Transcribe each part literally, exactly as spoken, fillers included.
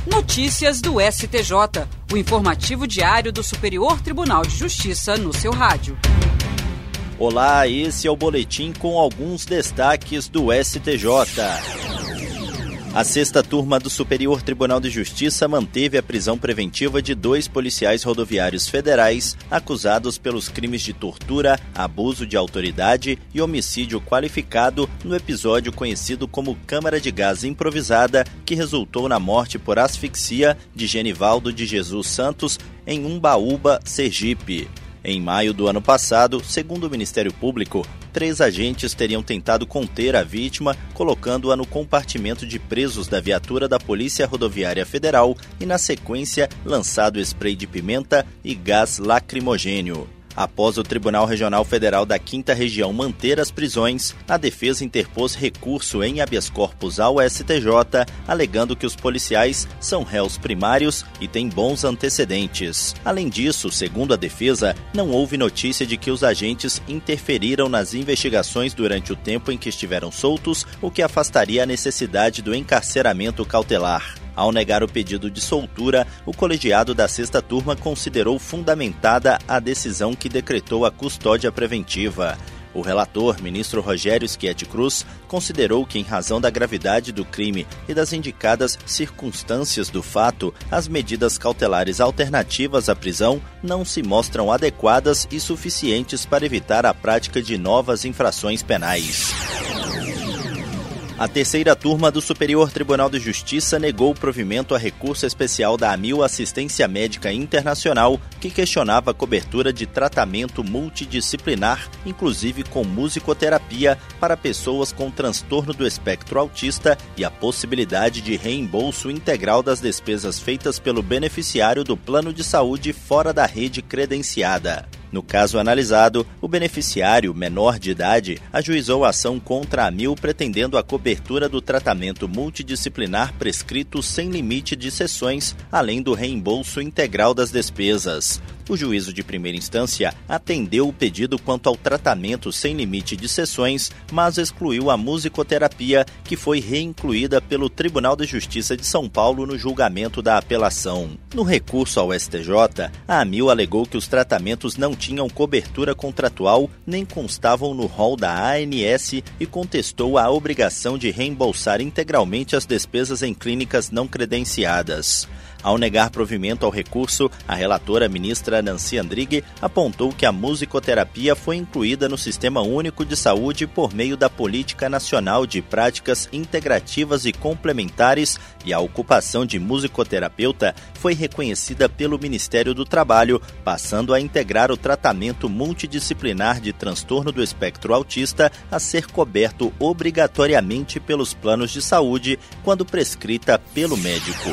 Notícias do S T J, o informativo diário do Superior Tribunal de Justiça no seu rádio. Olá, esse é o boletim com alguns destaques do S T J. A sexta turma do Superior Tribunal de Justiça manteve a prisão preventiva de dois policiais rodoviários federais acusados pelos crimes de tortura, abuso de autoridade e homicídio qualificado no episódio conhecido como Câmara de Gás Improvisada, que resultou na morte por asfixia de Genivaldo de Jesus Santos em Umbaúba, Sergipe. Em maio do ano passado, segundo o Ministério Público, três agentes teriam tentado conter a vítima, colocando-a no compartimento de presos da viatura da Polícia Rodoviária Federal e, na sequência, lançado spray de pimenta e gás lacrimogêneo. Após o Tribunal Regional Federal da quinta Região manter as prisões, a defesa interpôs recurso em habeas corpus ao S T J, alegando que os policiais são réus primários e têm bons antecedentes. Além disso, segundo a defesa, não houve notícia de que os agentes interferiram nas investigações durante o tempo em que estiveram soltos, o que afastaria a necessidade do encarceramento cautelar. Ao negar o pedido de soltura, o colegiado da sexta turma considerou fundamentada a decisão que decretou a custódia preventiva. O relator, ministro Rogério Schietti Cruz, considerou que, em razão da gravidade do crime e das indicadas circunstâncias do fato, as medidas cautelares alternativas à prisão não se mostram adequadas e suficientes para evitar a prática de novas infrações penais. A terceira turma do Superior Tribunal de Justiça negou o provimento a recurso especial da AMIL Assistência Médica Internacional, que questionava a cobertura de tratamento multidisciplinar, inclusive com musicoterapia, para pessoas com transtorno do espectro autista e a possibilidade de reembolso integral das despesas feitas pelo beneficiário do plano de saúde fora da rede credenciada. No caso analisado, o beneficiário, menor de idade, ajuizou a ação contra a AMIL pretendendo a cobertura do tratamento multidisciplinar prescrito sem limite de sessões, além do reembolso integral das despesas. O juízo de primeira instância atendeu o pedido quanto ao tratamento sem limite de sessões, mas excluiu a musicoterapia, que foi reincluída pelo Tribunal de Justiça de São Paulo no julgamento da apelação. No recurso ao S T J, a AMIL alegou que os tratamentos não tinham cobertura contratual nem constavam no rol da A N S e contestou a obrigação de reembolsar integralmente as despesas em clínicas não credenciadas. Ao negar provimento ao recurso, a relatora ministra Nancy Andrighi apontou que a musicoterapia foi incluída no Sistema Único de Saúde por meio da Política Nacional de Práticas Integrativas e Complementares e a ocupação de musicoterapeuta foi reconhecida pelo Ministério do Trabalho, passando a integrar o tratamento multidisciplinar de transtorno do espectro autista a ser coberto obrigatoriamente pelos planos de saúde quando prescrita pelo médico.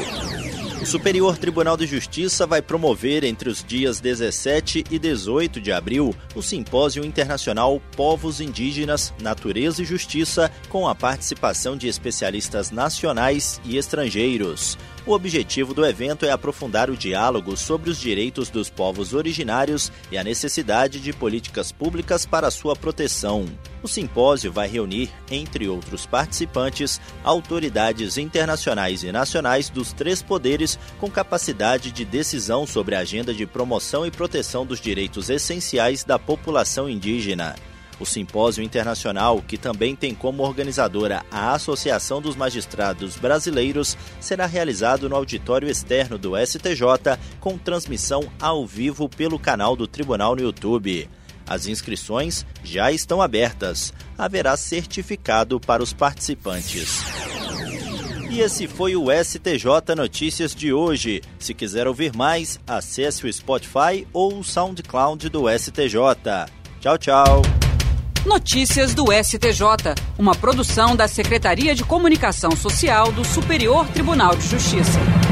O Superior Tribunal de Justiça vai promover entre os dias dezessete e dezoito de abril o Simpósio Internacional Povos Indígenas, Natureza e Justiça, com a participação de especialistas nacionais e estrangeiros. O objetivo do evento é aprofundar o diálogo sobre os direitos dos povos originários e a necessidade de políticas públicas para sua proteção. O simpósio vai reunir, entre outros participantes, autoridades internacionais e nacionais dos três poderes com capacidade de decisão sobre a agenda de promoção e proteção dos direitos essenciais da população indígena. O simpósio internacional, que também tem como organizadora a Associação dos Magistrados Brasileiros, será realizado no auditório externo do S T J, com transmissão ao vivo pelo canal do Tribunal no YouTube. As inscrições já estão abertas. Haverá certificado para os participantes. E esse foi o S T J Notícias de hoje. Se quiser ouvir mais, acesse o Spotify ou o SoundCloud do S T J. Tchau, tchau. Notícias do S T J, uma produção da Secretaria de Comunicação Social do Superior Tribunal de Justiça.